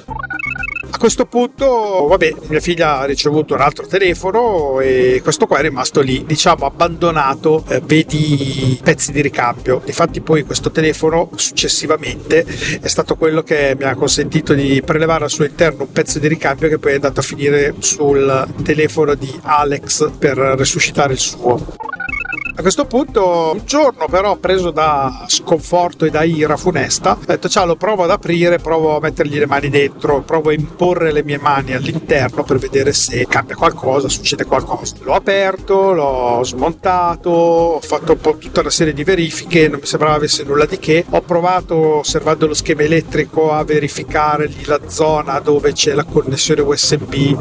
A questo punto, vabbè, mia figlia ha ricevuto un altro telefono e questo qua è rimasto lì, diciamo abbandonato, eh, vedi pezzi di ricambio. Infatti poi questo telefono successivamente è stato quello che mi ha consentito di prelevare al suo interno un pezzo di ricambio che poi è andato a finire sul telefono di Alex per resuscitare il suo. A questo punto, un giorno però preso da sconforto e da ira funesta, ho detto ciao, lo provo ad aprire, provo a mettergli le mani dentro, provo a imporre le mie mani all'interno per vedere se cambia qualcosa, succede qualcosa. L'ho aperto, l'ho smontato, ho fatto un po' tutta una serie di verifiche, non mi sembrava avesse nulla di che. Ho provato, osservando lo schema elettrico, a verificare lì la zona dove c'è la connessione U S B,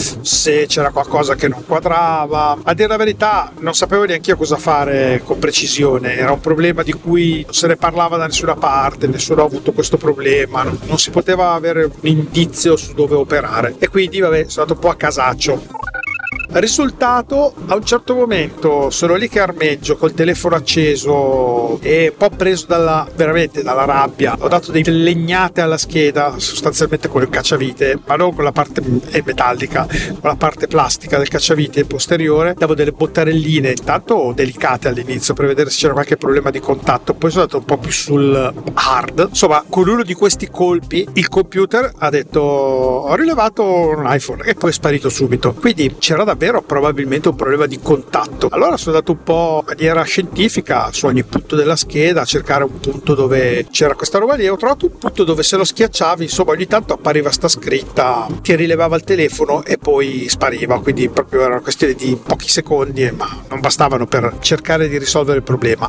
se c'era qualcosa che non quadrava. A dire la verità non sapevo neanche io cosa fare con precisione, era un problema di cui non se ne parlava da nessuna parte, nessuno ha avuto questo problema, non, non si poteva avere un indizio su dove operare e quindi vabbè, sono andato un po' a casaccio. Risultato, a un certo momento sono lì che armeggio col telefono acceso e un po' preso dalla veramente dalla rabbia, ho dato delle legnate alla scheda sostanzialmente con il cacciavite, ma non con la parte metallica, con la parte plastica del cacciavite posteriore. Davo delle bottarelline intanto delicate all'inizio per vedere se c'era qualche problema di contatto, poi sono andato un po' più sul hard. Insomma, con uno di questi colpi il computer ha detto ho rilevato un iPhone e poi è sparito subito, quindi c'era davvero probabilmente un problema di contatto. Allora sono andato un po' in maniera scientifica su ogni punto della scheda a cercare un punto dove c'era questa roba lì e ho trovato un punto dove se lo schiacciavi, insomma, ogni tanto appariva sta scritta che rilevava il telefono e poi spariva, quindi proprio era una questione di pochi secondi, ma non bastavano per cercare di risolvere il problema.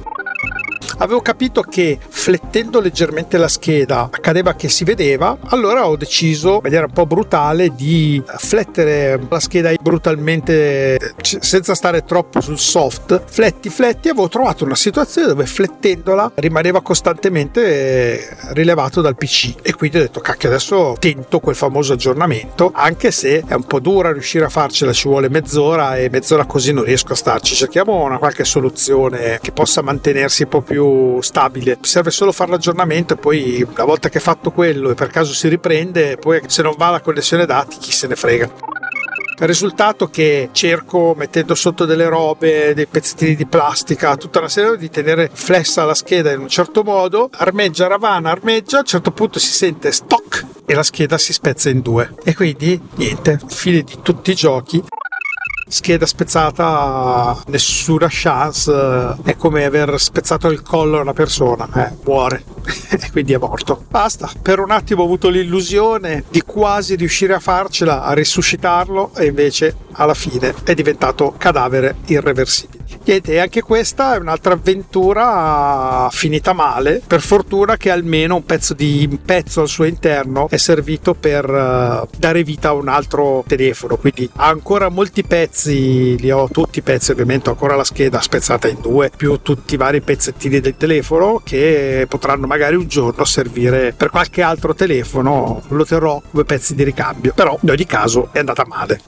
Avevo capito che flettendo leggermente la scheda accadeva che si vedeva, allora ho deciso in maniera un po' brutale di flettere la scheda brutalmente senza stare troppo sul soft. Fletti, fletti, avevo trovato una situazione dove flettendola rimaneva costantemente rilevato dal P C e quindi ho detto cacchio, adesso tento quel famoso aggiornamento, anche se è un po' dura riuscire a farcela, ci vuole mezz'ora e mezz'ora così non riesco a starci. Cerchiamo una qualche soluzione che possa mantenersi un po' più stabile, serve solo fare l'aggiornamento e poi una volta che è fatto quello e per caso si riprende, poi se non va la connessione dati chi se ne frega. Il risultato che cerco, mettendo sotto delle robe, dei pezzettini di plastica, tutta una serie di tenere flessa la scheda in un certo modo, armeggia, ravana, armeggia, a un certo punto si sente stock e la scheda si spezza in due e quindi niente, fine di tutti i giochi. Scheda spezzata, nessuna chance, è come aver spezzato il collo a una persona, eh, muore e quindi è morto. Basta, per un attimo ho avuto l'illusione di quasi riuscire a farcela, a risuscitarlo e invece alla fine è diventato cadavere irreversibile. Niente, e anche questa è un'altra avventura finita male. Per fortuna che almeno un pezzo di un pezzo al suo interno è servito per uh, dare vita a un altro telefono, quindi ha ancora molti pezzi, li ho tutti i pezzi, ovviamente ho ancora la scheda spezzata in due più tutti i vari pezzettini del telefono che potranno magari un giorno servire per qualche altro telefono, lo terrò come pezzi di ricambio, però in ogni caso è andata male.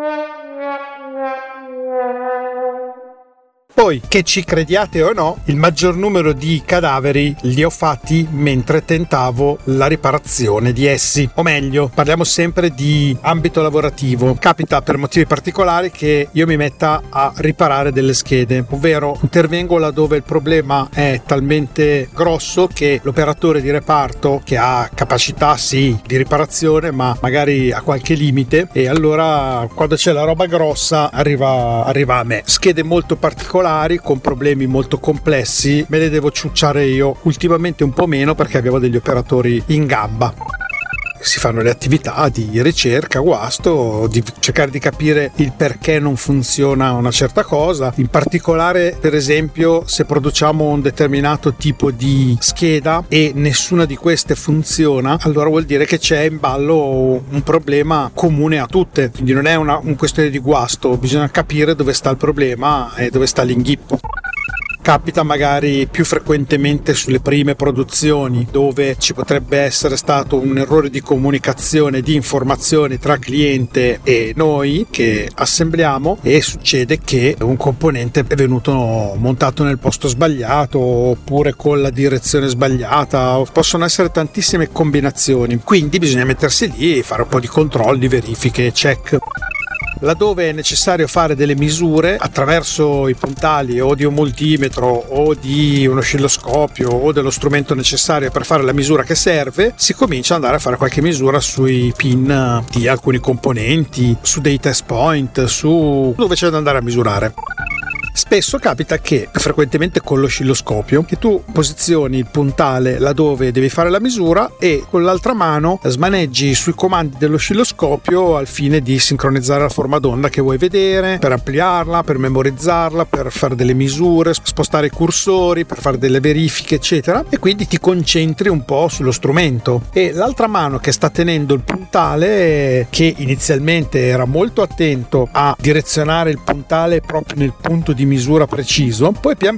Poi, che ci crediate o no, il maggior numero di cadaveri li ho fatti mentre tentavo la riparazione di essi. O meglio, parliamo sempre di ambito lavorativo. Capita per motivi particolari che io mi metta a riparare delle schede, ovvero intervengo laddove il problema è talmente grosso che l'operatore di reparto, che ha capacità sì di riparazione ma magari ha qualche limite, e allora quando c'è la roba grossa arriva, arriva a me. Schede molto particolari con problemi molto complessi me le devo ciucciare io, ultimamente un po' meno perché abbiamo degli operatori in gamba. si fanno le attività di ricerca, guasto, di cercare di capire il perché non funziona una certa cosa. In particolare, per esempio, se produciamo un determinato tipo di scheda e nessuna di queste funziona, allora vuol dire che c'è in ballo un problema comune a tutte, quindi non è una un questione di guasto, bisogna capire dove sta il problema e dove sta l'inghippo. Capita magari più frequentemente sulle prime produzioni, dove ci potrebbe essere stato un errore di comunicazione, di informazioni tra cliente e noi che assembliamo, e succede che un componente è venuto montato nel posto sbagliato oppure con la direzione sbagliata. Possono essere tantissime combinazioni, quindi bisogna mettersi lì e fare un po' di controlli, verifiche, check. Laddove è necessario fare delle misure attraverso i puntali o di un multimetro o di un oscilloscopio o dello strumento necessario per fare la misura che serve, si comincia ad andare a fare qualche misura sui pin di alcuni componenti, su dei test point, su dove c'è da andare a misurare. Spesso capita che, frequentemente con l'oscilloscopio, che tu posizioni il puntale laddove devi fare la misura e con l'altra mano smaneggi sui comandi dell'oscilloscopio al fine di sincronizzare la forma d'onda che vuoi vedere, per ampliarla, per memorizzarla, per fare delle misure, spostare i cursori, per fare delle verifiche, eccetera, e quindi ti concentri un po' sullo strumento. E l'altra mano che sta tenendo il puntale, che inizialmente era molto attento a direzionare il puntale proprio nel punto di misura preciso, poi pian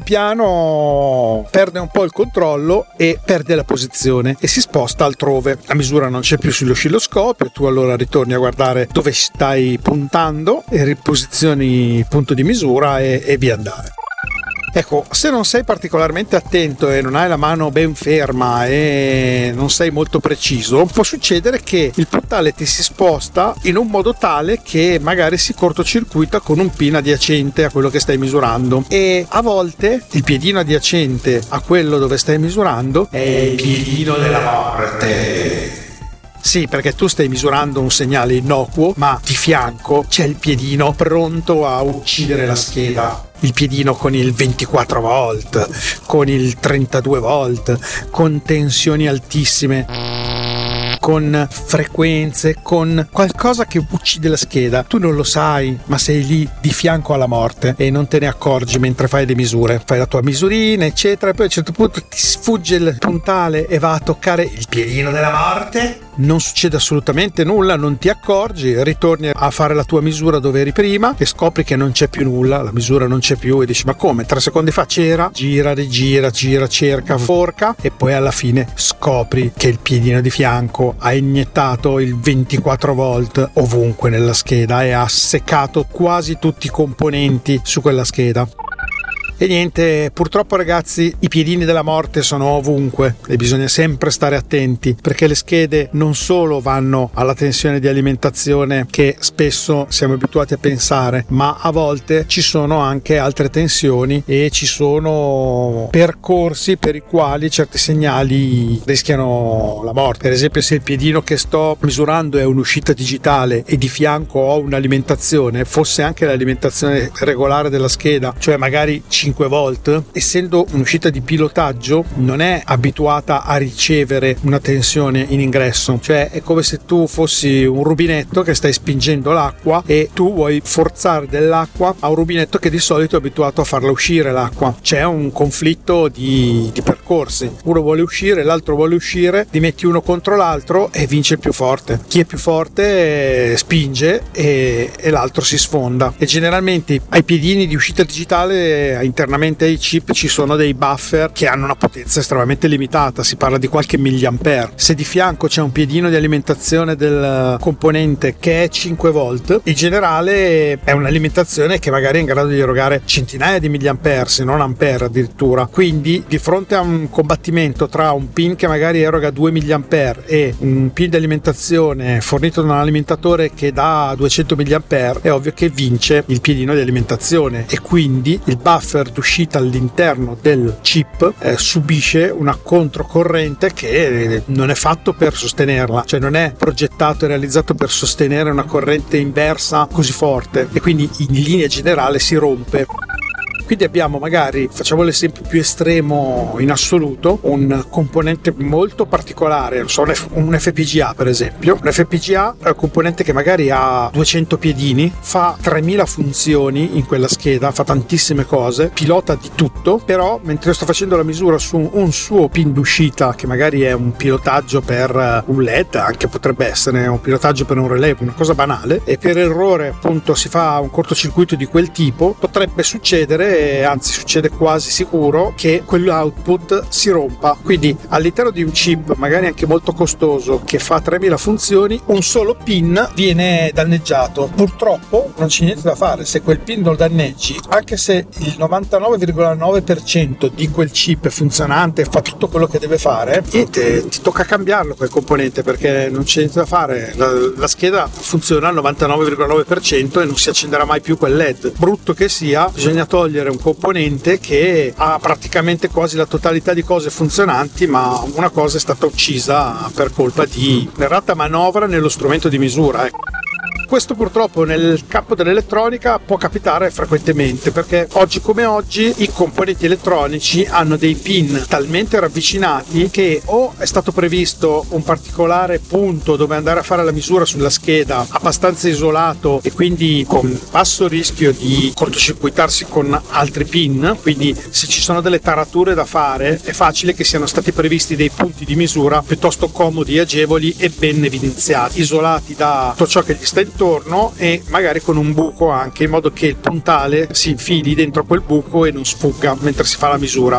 piano perde un po' il controllo e perde la posizione e si sposta altrove. La misura non c'è più sull'oscilloscopio, tu allora ritorni a guardare dove stai puntando e riposizioni il punto di misura e, e via andare. Ecco, se non sei particolarmente attento e non hai la mano ben ferma e non sei molto preciso, può succedere che il puntale ti si sposta in un modo tale che magari si cortocircuita con un pin adiacente a quello che stai misurando, e a volte il piedino adiacente a quello dove stai misurando è il piedino della morte. Sì, perché tu stai misurando un segnale innocuo, ma di fianco c'è il piedino pronto a uccidere la scheda. Il piedino con il ventiquattro volt, con il trentadue volt, con tensioni altissime, con frequenze, con qualcosa che uccide la scheda. Tu non lo sai, ma sei lì di fianco alla morte e non te ne accorgi mentre fai le misure. Fai la tua misurina, eccetera, e poi a un certo punto ti sfugge il puntale e va a toccare il piedino della morte. Non succede assolutamente nulla, non ti accorgi, ritorni a fare la tua misura dove eri prima e scopri che non c'è più nulla, la misura non c'è più e dici: ma come? Tre secondi fa c'era, gira, rigira, gira, cerca, forca, e poi alla fine scopri che il piedino di fianco ha iniettato il ventiquattro volt ovunque nella scheda e ha seccato quasi tutti i componenti su quella scheda. E niente, purtroppo ragazzi, i piedini della morte sono ovunque e bisogna sempre stare attenti, perché le schede non solo vanno alla tensione di alimentazione che spesso siamo abituati a pensare, ma a volte ci sono anche altre tensioni e ci sono percorsi per i quali certi segnali rischiano la morte. Per esempio, se il piedino che sto misurando è un'uscita digitale e di fianco ho un'alimentazione, fosse anche l'alimentazione regolare della scheda, cioè magari cinque volt, essendo un'uscita di pilotaggio non è abituata a ricevere una tensione in ingresso, cioè è come se tu fossi un rubinetto che stai spingendo l'acqua e tu vuoi forzare dell'acqua a un rubinetto che di solito è abituato a farla uscire l'acqua. C'è un conflitto di, di percorsi, uno vuole uscire, l'altro vuole uscire, li metti uno contro l'altro e vince il più forte. Chi è più forte spinge e, e l'altro si sfonda, e generalmente ai piedini di uscita digitale internamente ai chip ci sono dei buffer che hanno una potenza estremamente limitata, si parla di qualche milliampere. Se di fianco c'è un piedino di alimentazione del componente che è cinque volt, in generale è un'alimentazione che magari è in grado di erogare centinaia di milliampere, se non ampere addirittura. Quindi di fronte a un combattimento tra un pin che magari eroga due milliampere e un pin di alimentazione fornito da un alimentatore che dà duecento milliampere, è ovvio che vince il piedino di alimentazione, e quindi il buffer d'uscita all'interno del chip eh, subisce una controcorrente che non è fatto per sostenerla, cioè non è progettato e realizzato per sostenere una corrente inversa così forte, e quindi in linea generale si rompe. Quindi abbiamo magari, facciamo l'esempio più estremo in assoluto, un componente molto particolare, non so, un F P G A per esempio. Un F P G A è un componente che magari ha duecento piedini, fa tremila funzioni in quella scheda, fa tantissime cose, pilota di tutto, però mentre io sto facendo la misura su un suo pin d'uscita, che magari è un pilotaggio per un L E D, anche potrebbe essere un pilotaggio per un relay, una cosa banale, e per errore appunto si fa un cortocircuito di quel tipo, potrebbe succedere, anzi succede quasi sicuro, che quell'output si rompa. Quindi all'interno di un chip magari anche molto costoso che fa tremila funzioni, un solo pin viene danneggiato. Purtroppo non c'è niente da fare, se quel pin lo danneggi, anche se il novantanove virgola nove per cento di quel chip è funzionante, fa tutto quello che deve fare, niente, ti tocca cambiarlo quel componente, perché non c'è niente da fare. La, la scheda funziona al novantanove virgola nove per cento e non si accenderà mai più quel L E D. Brutto che sia, bisogna togliere un componente che ha praticamente quasi la totalità di cose funzionanti, ma una cosa è stata uccisa per colpa di un'errata manovra nello strumento di misura. Ecco. Questo purtroppo nel campo dell'elettronica può capitare frequentemente, perché oggi come oggi i componenti elettronici hanno dei pin talmente ravvicinati che o è stato previsto un particolare punto dove andare a fare la misura sulla scheda abbastanza isolato e quindi con basso rischio di cortocircuitarsi con altri pin, quindi se ci sono delle tarature da fare è facile che siano stati previsti dei punti di misura piuttosto comodi, agevoli e ben evidenziati, isolati da tutto ciò che gli sta intorno e magari con un buco anche, in modo che il puntale si infili dentro quel buco e non sfugga mentre si fa la misura.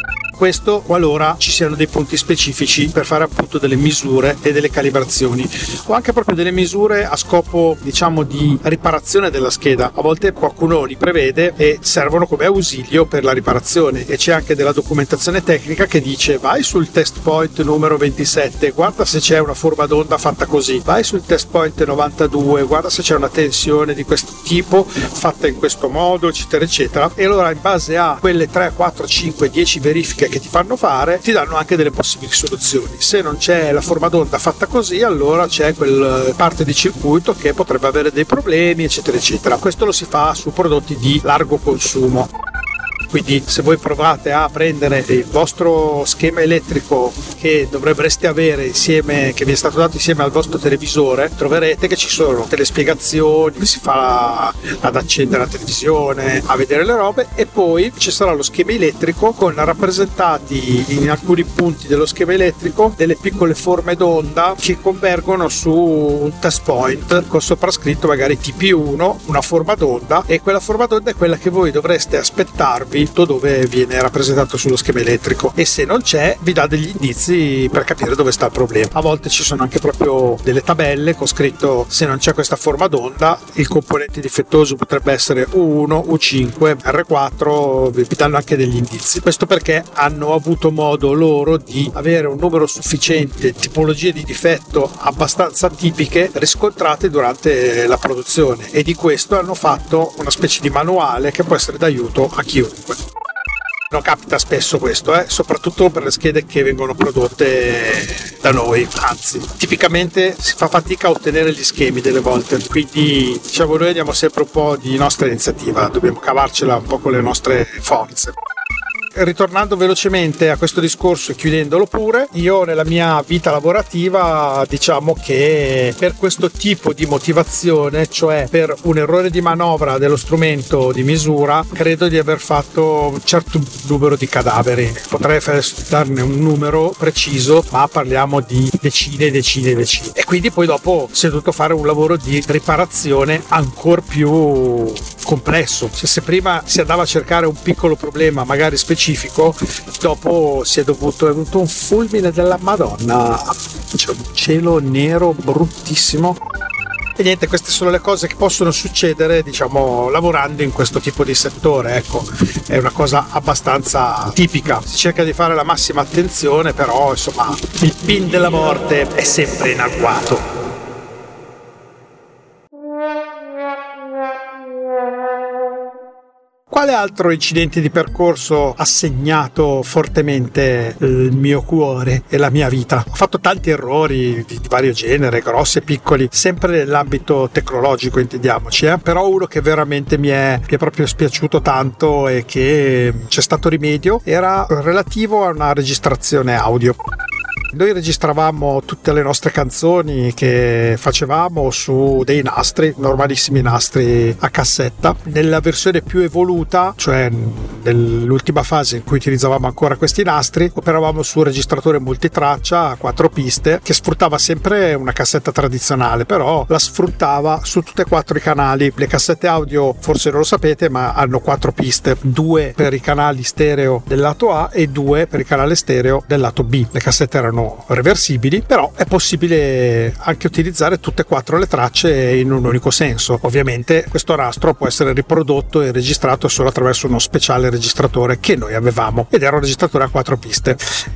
Questo qualora ci siano dei punti specifici per fare appunto delle misure e delle calibrazioni, o anche proprio delle misure a scopo diciamo di riparazione della scheda. A volte qualcuno li prevede e servono come ausilio per la riparazione, e c'è anche della documentazione tecnica che dice: vai sul test point numero ventisette, guarda se c'è una forma d'onda fatta così, vai sul test point novantadue, guarda se c'è una tensione di questo tipo fatta in questo modo, eccetera eccetera. E allora in base a quelle tre, quattro, cinque, dieci verifiche che ti fanno fare, ti danno anche delle possibili soluzioni. Se non c'è la forma d'onda fatta così, allora c'è quel parte di circuito che potrebbe avere dei problemi, eccetera eccetera. Questo lo si fa su prodotti di largo consumo. Quindi se voi provate a prendere il vostro schema elettrico che dovreste avere insieme, che vi è stato dato insieme al vostro televisore, troverete che ci sono delle spiegazioni, come si fa ad accendere la televisione, a vedere le robe, e poi ci sarà lo schema elettrico con rappresentati in alcuni punti dello schema elettrico delle piccole forme d'onda che convergono su un test point con soprascritto magari T P uno, una forma d'onda, e quella forma d'onda è quella che voi dovreste aspettarvi dove viene rappresentato sullo schema elettrico, e se non c'è vi dà degli indizi per capire dove sta il problema. A volte ci sono anche proprio delle tabelle con scritto: se non c'è questa forma d'onda il componente difettoso potrebbe essere U uno, U cinque, R quattro, vi danno anche degli indizi. Questo perché hanno avuto modo loro di avere un numero sufficiente di tipologie di difetto abbastanza tipiche riscontrate durante la produzione, e di questo hanno fatto una specie di manuale che può essere d'aiuto a chiunque. Non capita spesso questo, eh? soprattutto per le schede che vengono prodotte da noi, anzi tipicamente si fa fatica a ottenere gli schemi delle volte, quindi diciamo noi andiamo sempre un po' di nostra iniziativa, dobbiamo cavarcela un po' con le nostre forze. Ritornando velocemente a questo discorso e chiudendolo pure, io nella mia vita lavorativa diciamo che per questo tipo di motivazione, cioè per un errore di manovra dello strumento di misura, credo di aver fatto un certo numero di cadaveri. Potrei darne un numero preciso, ma parliamo di decine e decine e decine. E quindi poi dopo si è dovuto fare un lavoro di riparazione ancora più complesso. Cioè, se prima si andava a cercare un piccolo problema magari specifico, dopo si è dovuto, è venuto un fulmine della Madonna, c'è un cielo nero bruttissimo. E niente, queste sono le cose che possono succedere, diciamo, lavorando in questo tipo di settore. Ecco, è una cosa abbastanza tipica. Si cerca di fare la massima attenzione, però insomma il pin della morte è sempre in agguato. Quale altro incidente di percorso ha segnato fortemente il mio cuore e la mia vita? Ho fatto tanti errori di, di vario genere, grossi e piccoli, sempre nell'ambito tecnologico, intendiamoci, eh? Però uno che veramente mi è, mi è proprio spiaciuto tanto e che c'è stato rimedio era relativo a una registrazione audio. Noi registravamo tutte le nostre canzoni che facevamo su dei nastri, normalissimi nastri a cassetta. Nella versione più evoluta, cioè nell'ultima fase in cui utilizzavamo ancora questi nastri, operavamo su un registratore multitraccia a quattro piste che sfruttava sempre una cassetta tradizionale, però la sfruttava su tutti e quattro i canali. Le cassette audio, forse non lo sapete, ma hanno quattro piste, due per i canali stereo del lato A e due per il canale stereo del lato B. Le cassette erano reversibili, però è possibile anche utilizzare tutte e quattro le tracce in un unico senso. Ovviamente questo nastro può essere riprodotto e registrato solo attraverso uno speciale registratore che noi avevamo, ed era un registratore a quattro piste.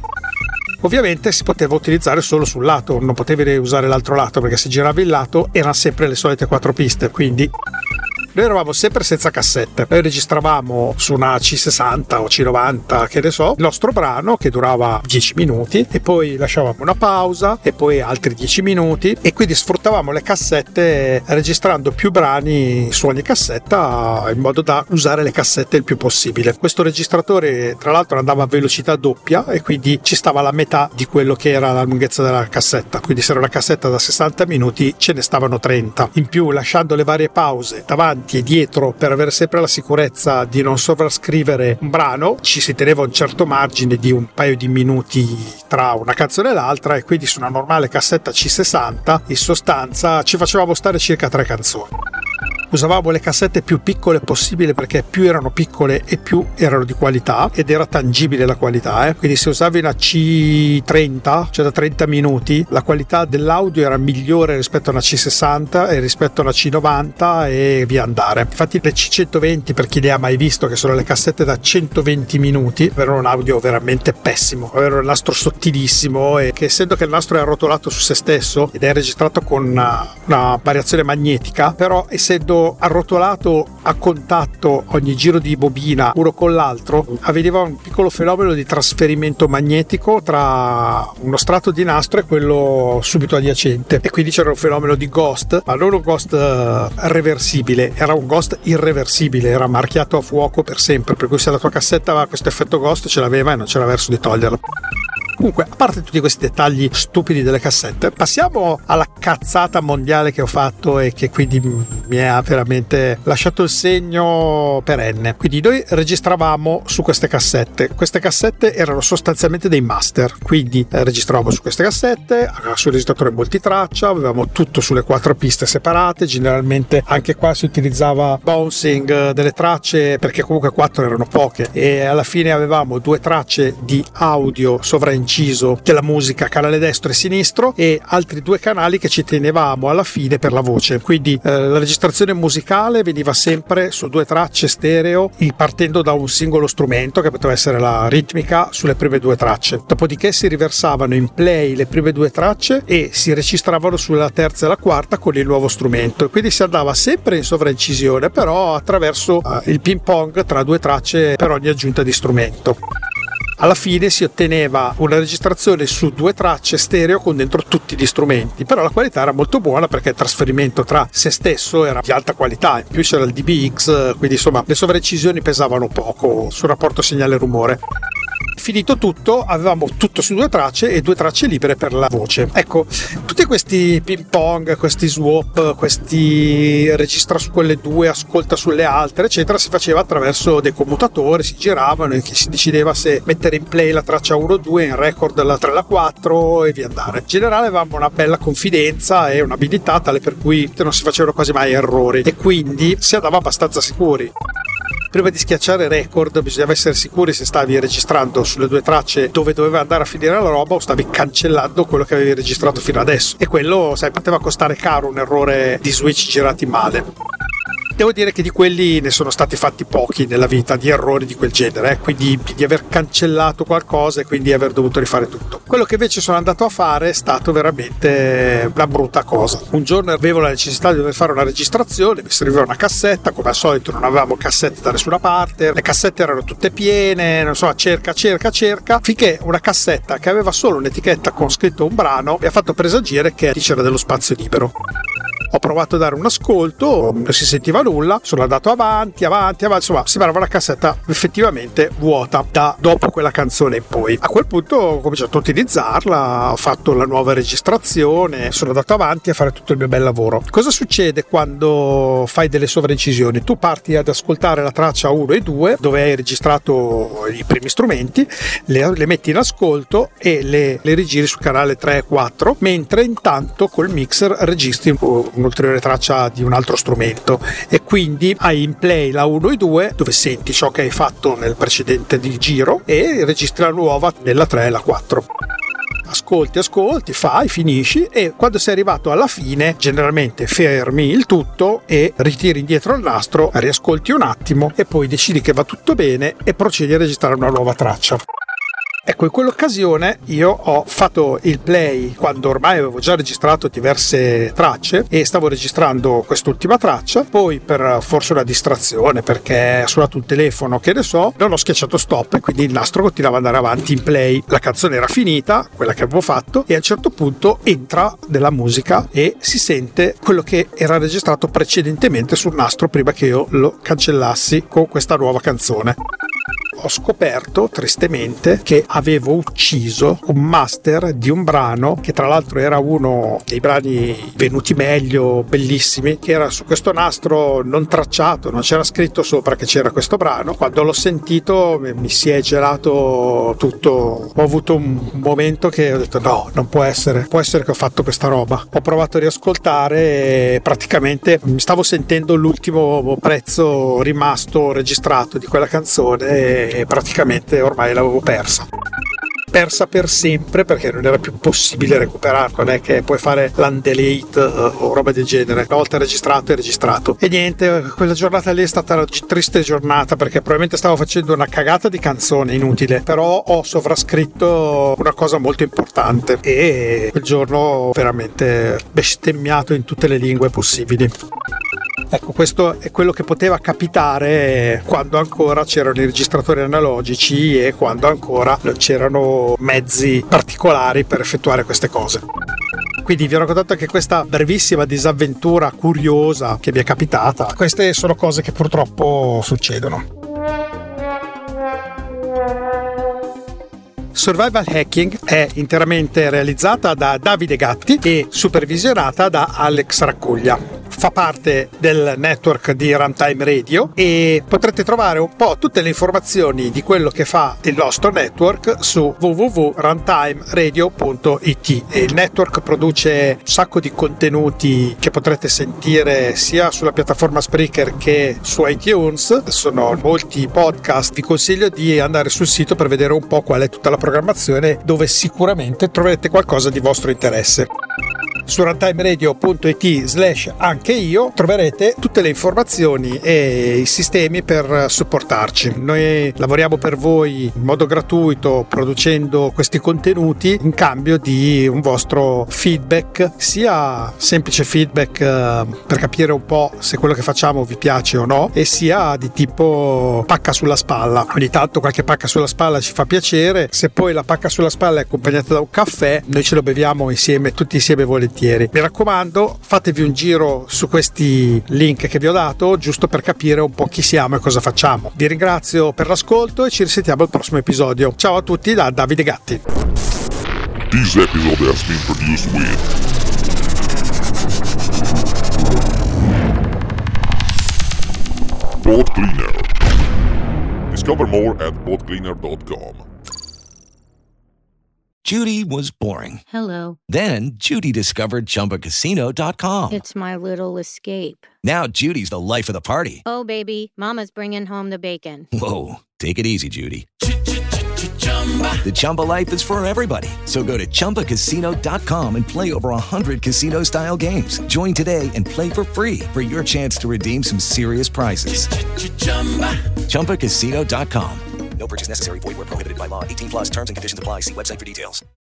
Ovviamente si poteva utilizzare solo sul lato, non potevi usare l'altro lato, perché se giravi il lato erano sempre le solite quattro piste, quindi noi eravamo sempre senza cassette. Noi registravamo su una C sessanta o C novanta, che ne so, il nostro brano che durava dieci minuti e poi lasciavamo una pausa e poi altri dieci minuti, e quindi sfruttavamo le cassette registrando più brani su ogni cassetta in modo da usare le cassette il più possibile. Questo registratore tra l'altro andava a velocità doppia e quindi ci stava la metà di quello che era la lunghezza della cassetta, quindi se era una cassetta da sessanta minuti ce ne stavano trenta. In più, lasciando le varie pause davanti e dietro per avere sempre la sicurezza di non sovrascrivere un brano, ci si teneva un certo margine di un paio di minuti tra una canzone e l'altra, e quindi su una normale cassetta C sessanta in sostanza ci facevamo stare circa tre canzoni. Usavamo le cassette più piccole possibile, perché più erano piccole e più erano di qualità, ed era tangibile la qualità, eh? Quindi se usavi una C trenta, cioè da trenta minuti, la qualità dell'audio era migliore rispetto a una C sessanta e rispetto a una C novanta e via andare. Infatti le C centoventi, per chi le ha mai visto, che sono le cassette da centoventi minuti, avevano un audio veramente pessimo, avevano il nastro sottilissimo, e che essendo che il nastro è arrotolato su se stesso ed è registrato con una, una variazione magnetica, però essendo arrotolato a contatto ogni giro di bobina uno con l'altro, aveva un piccolo fenomeno di trasferimento magnetico tra uno strato di nastro e quello subito adiacente, e quindi c'era un fenomeno di ghost, ma non un ghost uh, reversibile, era un ghost irreversibile, era marchiato a fuoco per sempre, per cui se la tua cassetta aveva questo effetto ghost ce l'aveva e non c'era verso di toglierlo. Comunque, a parte tutti questi dettagli stupidi delle cassette, passiamo alla cazzata mondiale che ho fatto e che quindi mi ha veramente lasciato il segno perenne. Quindi noi registravamo su queste cassette. Queste cassette erano sostanzialmente dei master, quindi eh, registravamo su queste cassette, sul registratore multitraccia, avevamo tutto sulle quattro piste separate, generalmente anche qua si utilizzava bouncing delle tracce, perché comunque quattro erano poche, e alla fine avevamo due tracce di audio sovrainciso della musica, canale destro e sinistro, e altri due canali che ci tenevamo alla fine per la voce. Quindi eh, la registrazione musicale veniva sempre su due tracce stereo, partendo da un singolo strumento che poteva essere la ritmica sulle prime due tracce, dopodiché si riversavano in play le prime due tracce e si registravano sulla terza e la quarta con il nuovo strumento, e quindi si andava sempre in sovraincisione, però attraverso eh, il ping pong tra due tracce per ogni aggiunta di strumento. Alla fine si otteneva una registrazione su due tracce stereo con dentro tutti gli strumenti, però la qualità era molto buona perché il trasferimento tra se stesso era di alta qualità, in più c'era il D B X, quindi insomma le sovraincisioni pesavano poco sul rapporto segnale-rumore. Finito tutto, avevamo tutto su due tracce e due tracce libere per la voce. Ecco, tutti questi ping pong, questi swap, questi registra su quelle due, ascolta sulle altre, eccetera, si faceva attraverso dei commutatori, si giravano e si decideva se mettere in play la traccia uno due, in record la tre la quattro e via andare. In generale avevamo una bella confidenza e un'abilità tale per cui non si facevano quasi mai errori, e quindi si andava abbastanza sicuri. Prima di schiacciare record bisognava essere sicuri se stavi registrando sulle due tracce dove doveva andare a finire la roba o stavi cancellando quello che avevi registrato fino adesso, e quello, sai, poteva costare caro un errore di switch girati male. Devo dire che di quelli ne sono stati fatti pochi nella vita, di errori di quel genere, eh? Quindi di aver cancellato qualcosa e quindi aver dovuto rifare tutto. Quello che invece sono andato a fare è stato veramente una brutta cosa. Un giorno avevo la necessità di dover fare una registrazione, mi serviva una cassetta, come al solito non avevamo cassette da nessuna parte, le cassette erano tutte piene, non so, cerca, cerca, cerca, finché una cassetta che aveva solo un'etichetta con scritto un brano mi ha fatto presagire che c'era dello spazio libero. Ho provato a dare un ascolto, non si sentiva nulla, sono andato avanti, avanti, avanti, insomma sembrava una cassetta effettivamente vuota da dopo quella canzone in poi. A quel punto ho cominciato a utilizzarla, ho fatto la nuova registrazione, sono andato avanti a fare tutto il mio bel lavoro. Cosa succede quando fai delle sovraincisioni? Tu parti ad ascoltare la traccia uno e due dove hai registrato i primi strumenti, le, le metti in ascolto e le, le rigiri sul canale tre e quattro, mentre intanto col mixer registri un un'ulteriore traccia di un altro strumento e quindi hai in play la uno e due dove senti ciò che hai fatto nel precedente di giro e registri la nuova nella tre e la quattro. Ascolti, ascolti, fai, finisci e quando sei arrivato alla fine generalmente fermi il tutto e ritiri indietro il nastro, riascolti un attimo e poi decidi che va tutto bene e procedi a registrare una nuova traccia. Ecco, in quell'occasione io ho fatto il play quando ormai avevo già registrato diverse tracce e stavo registrando quest'ultima traccia, poi per forse una distrazione perché ha suonato un telefono, che ne so, non ho schiacciato stop e quindi il nastro continuava ad andare avanti in play. La canzone era finita, quella che avevo fatto, e a un certo punto entra della musica e si sente quello che era registrato precedentemente sul nastro prima che io lo cancellassi con questa nuova canzone. Ho scoperto tristemente che avevo ucciso un master di un brano che tra l'altro era uno dei brani venuti meglio, bellissimi, che era su questo nastro non tracciato, non c'era scritto sopra che c'era questo brano. Quando l'ho sentito mi si è gelato tutto, ho avuto un momento che ho detto no, non può essere, può essere che ho fatto questa roba. Ho provato a riascoltare e praticamente mi stavo sentendo l'ultimo pezzo rimasto registrato di quella canzone e praticamente ormai l'avevo persa persa per sempre perché non era più possibile recuperarlo. Non è che puoi fare l'undelete o roba del genere, una volta registrato è registrato. E niente, quella giornata lì è stata una triste giornata perché probabilmente stavo facendo una cagata di canzone inutile, però ho sovrascritto una cosa molto importante e quel giorno ho veramente bestemmiato in tutte le lingue possibili. Ecco, questo è quello che poteva capitare quando ancora c'erano i registratori analogici e quando ancora non c'erano mezzi particolari per effettuare queste cose. Quindi vi ho raccontato anche questa brevissima disavventura curiosa che mi è capitata. Queste sono cose che purtroppo succedono. Survival Hacking è interamente realizzata da Davide Gatti e supervisionata da Alex Raccuglia. Fa parte del network di Runtime Radio e potrete trovare un po' tutte le informazioni di quello che fa il nostro network su w w w punto runtime radio punto i t. Il network produce un sacco di contenuti che potrete sentire sia sulla piattaforma Spreaker che su iTunes. Sono molti podcast, vi consiglio di andare sul sito per vedere un po' qual è tutta la programmazione, dove sicuramente troverete qualcosa di vostro interesse. Su runtime radio punto i t slash anche io troverete tutte le informazioni e i sistemi per supportarci. Noi lavoriamo per voi in modo gratuito producendo questi contenuti in cambio di un vostro feedback, sia semplice feedback eh, per capire un po' se quello che facciamo vi piace o no, e sia di tipo pacca sulla spalla. Ogni tanto qualche pacca sulla spalla ci fa piacere, se poi la pacca sulla spalla è accompagnata da un caffè noi ce lo beviamo insieme, tutti insieme volentieri. Mi raccomando, fatevi un giro su questi link che vi ho dato, giusto per capire un po' chi siamo e cosa facciamo. Vi ringrazio per l'ascolto e ci risentiamo al prossimo episodio. Ciao a tutti da Davide Gatti. This episode has been produced with Pod Cleaner. Discover more at pod cleaner dot com. Judy was boring. Hello. Then Judy discovered Chumba Casino dot com. It's my little escape. Now Judy's the life of the party. Oh, baby, mama's bringing home the bacon. Whoa, take it easy, Judy. The Chumba life is for everybody. So go to chumba casino dot com and play over one hundred casino-style games. Join today and play for free for your chance to redeem some serious prizes. chumba casino dot com. No purchase necessary. Void where prohibited by law. eighteen plus terms and conditions apply. See website for details.